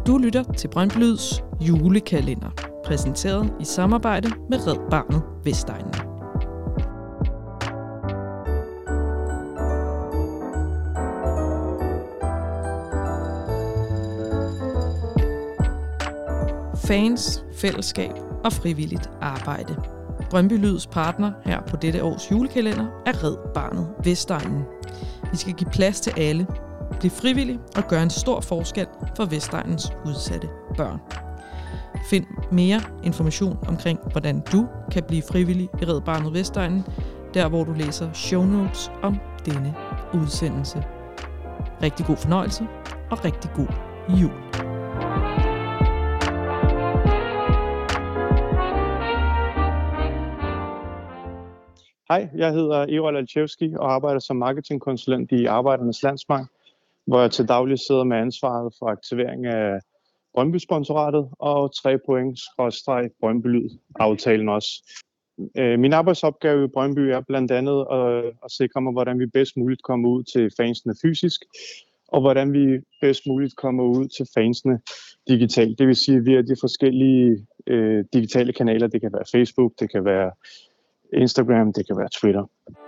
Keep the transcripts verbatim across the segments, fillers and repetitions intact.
Du lytter til Brøndby Lyds julekalender, præsenteret i samarbejde med Red Barnet Vestegnen. Fans, fællesskab og frivilligt arbejde. Brøndby Lyds partner her på dette års julekalender er Red Barnet Vestegnen. Vi skal give plads til alle, blive frivillig og gøre en stor forskel for Vestegnens udsatte børn. Find mere information omkring, hvordan du kan blive frivillig i Red Barnet Vestegnen, der hvor du læser show notes om denne udsendelse. Rigtig god fornøjelse og rigtig god jul. Hej, jeg hedder Erold Alchevski og arbejder som marketingkonsulent i Arbejdernes Landsbank, hvor jeg til daglig sidder med ansvaret for aktivering af Brøndby-sponsoratet og tre point skråstreg Brøndby Lyd-aftalen også. Min arbejdsopgave i Brøndby er blandt andet at, at sikre mig, hvordan vi bedst muligt kommer ud til fansene fysisk, og hvordan vi bedst muligt kommer ud til fansene digitalt. Det vil sige via de forskellige øh, digitale kanaler. Det kan være Facebook, det kan være Instagram, det kan være Twitter.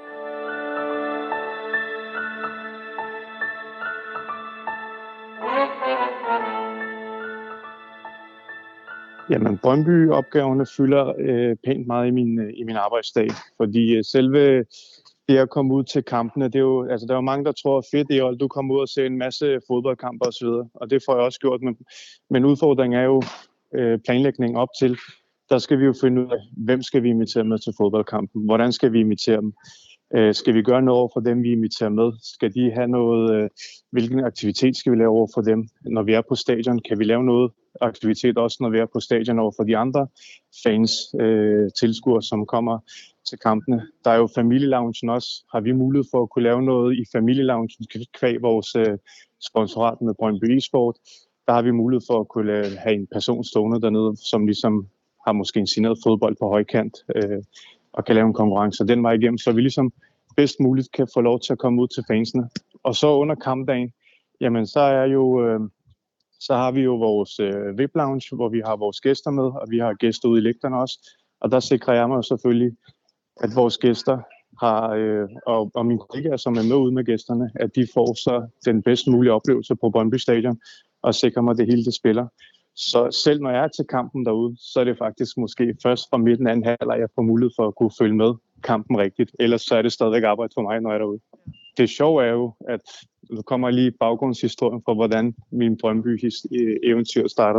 Jamen, Brøndby-opgaverne fylder øh, pænt meget i min, øh, i min arbejdsdag, fordi øh, selve det at komme ud til kampene, det er jo, altså der er jo mange, der tror, fedt, Erold, du kommer ud og ser en masse fodboldkampe osv., og det får jeg også gjort, men, men udfordringen er jo øh, planlægning op til. Der skal vi jo finde ud af, hvem skal vi invitere med til fodboldkampen? Hvordan skal vi invitere dem? Øh, skal vi gøre noget over for dem, vi inviterer med? Skal de have noget? Øh, hvilken aktivitet skal vi lave over for dem? Når vi er på stadion, kan vi lave noget aktivitet også, når vi er på stadion over for de andre fans, øh, tilskuere, som kommer til kampene? Der er jo familieloungen også. Har vi mulighed for at kunne lave noget i familieloungen kvæg vores øh, sponsorat med Brøndby eSport? Der har vi mulighed for at kunne lave, have en person stående dernede, som ligesom har måske en signeret fodbold på højkant øh, og kan lave en konkurrence den vej igennem, så vi ligesom bedst muligt kan få lov til at komme ud til fansene. Og så under kampdagen, jamen så er jo øh, så har vi jo vores øh, V I P-lounge, hvor vi har vores gæster med, og vi har gæster ude i lægterne også. Og der sikrer jeg mig selvfølgelig, at vores gæster har, øh, og, og mine kollegaer, som er med ude med gæsterne, at de får så den bedst mulige oplevelse på Brøndby Stadion, og sikrer mig, at det hele det spiller. Så selv når jeg er til kampen derude, så er det faktisk måske først fra midten af anden halvleg, jeg får mulighed for at kunne følge med kampen rigtigt. Ellers så er det stadigvæk arbejde for mig, når jeg er derude. Det sjove er jo, at nu kommer lige baggrundshistorien for, hvordan min Brøndby-eventyr startede.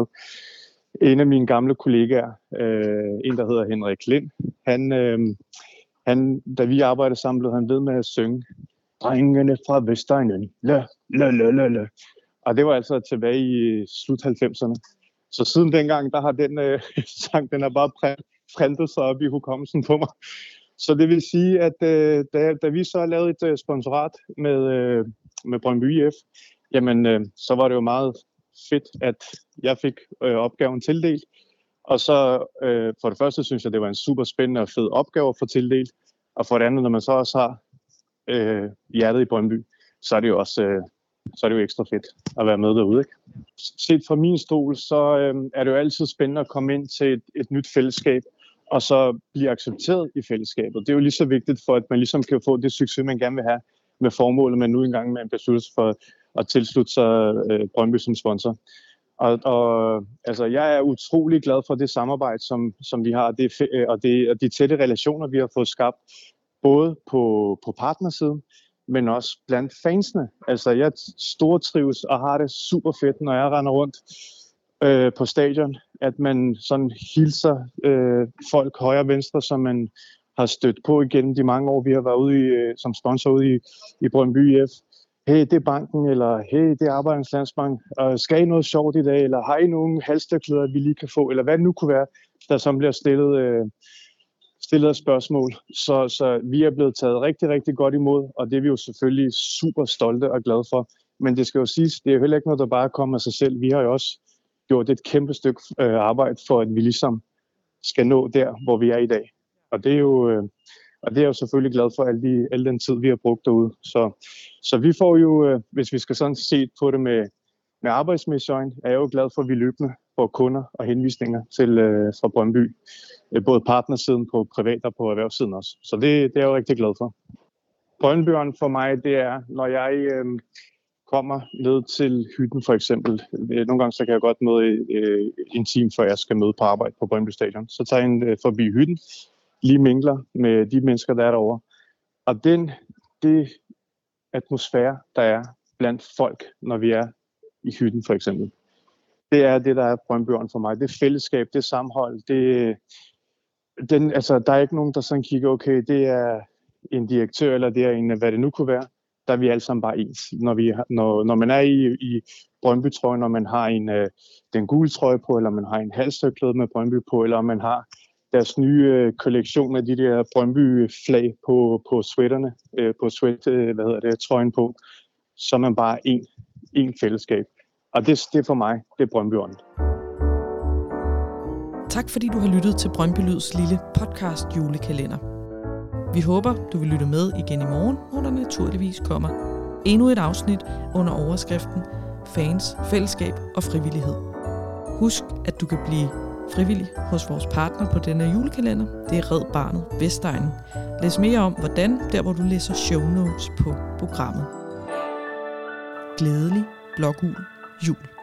En af mine gamle kollegaer, øh, en der hedder Henrik Lind, han, øh, han, da vi arbejdede sammen, blev han ved med at synge "Drengene fra Vestegnen, la la la la la". Og det var altså tilbage i slut halvfemserne. Så siden dengang, der har den øh, sang, den har bare printet sig op i hukommelsen på mig. Så det vil sige, at øh, da, da vi så lavede et øh, sponsorat med, øh, med Brøndby I F, jamen øh, så var det jo meget fedt, at jeg fik øh, opgaven tildelt. Og så øh, for det første synes jeg, det var en super spændende og fed opgave at få tildelt. Og for det andet, når man så også har øh, hjertet i Brøndby, så er det jo også... Øh, så er det jo ekstra fedt at være med derude, ikke? Set fra min stol, så øh, er det jo altid spændende at komme ind til et, et nyt fællesskab, og så blive accepteret i fællesskabet. Det er jo lige så vigtigt for, at man ligesom kan få det succes, man gerne vil have med formålet, men nu engang med en beslutning for at tilslutte sig øh, Brøndby som sponsor. Og, og altså, jeg er utrolig glad for det samarbejde, som, som vi har, det, og, det, og de tætte relationer, vi har fået skabt, både på, på partnersiden, men også blandt fansene. Altså, jeg stortrives og har det super fedt, når jeg render rundt øh, på stadion, at man sådan hilser øh, folk højre og venstre, som man har stødt på igennem de mange år, vi har været ude i, øh, som sponsor ude i, i Brøndby I F. Hey, det er banken, eller hey, det er Arbejdernes Landsbank. Og skal I noget sjovt i dag, eller har I nogle halstørklæder, vi lige kan få, eller hvad det nu kunne være, der som bliver stillet... Øh, stillet spørgsmål, så, så vi er blevet taget rigtig, rigtig godt imod, og det er vi jo selvfølgelig super stolte og glade for. Men det skal jo siges, det er jo heller ikke noget, der bare kommer af sig selv. Vi har jo også gjort et kæmpe stykke øh, arbejde for, at vi ligesom skal nå der, hvor vi er i dag. Og det er jo, øh, og det er jeg jo selvfølgelig glad for, al, de, al den tid, vi har brugt derude. Så, så vi får jo, øh, hvis vi skal sådan se på det med, med arbejdsmæssige øjne er jeg jo glad for, at vi løbende får kunder og henvisninger til øh, fra Brøndby. Både partnersiden på privat og på erhvervssiden også. Så det, det er jeg jo rigtig glad for. Brøndbyånd for mig, det er, når jeg øh, kommer ned til hytten for eksempel. Nogle gange så kan jeg godt møde øh, en time, før jeg skal møde på arbejde på Brøndby Stadion. Så tager jeg en, øh, forbi hytten, lige mingler med de mennesker, der er derovre. Og den det atmosfære, der er blandt folk, når vi er i hytten for eksempel, det er det, der er Brøndbyånd for mig. Det er fællesskab, det er sammenhold. Det, den, altså, der er ikke nogen, der sådan kigger, okay, det er en direktør, eller det er en, hvad det nu kunne være. Der er vi alle sammen bare ens. Når, vi, når, når man er i, i Brøndby-trøje, når man har en, øh, den gule trøje på, eller man har en halstørklæde med Brøndby på, eller man har deres nye øh, kollektion af de der Brøndby-flag på, på sweaterne, øh, på sweat, øh, hvad hedder det, trøjen på, så er man bare en, en fællesskab. Og det, det for mig, det er Brøndbyånd. Tak fordi du har lyttet til Brøndby Lyds lille podcast julekalender. Vi håber, du vil lytte med igen i morgen, hvor der naturligvis kommer endnu et afsnit under overskriften Fans, Fællesskab og Frivillighed. Husk, at du kan blive frivillig hos vores partner på denne julekalender. Det er Red Barnet Vestegnen. Læs mere om, hvordan, der hvor du læser show notes på programmet. Glædelig blågul jul.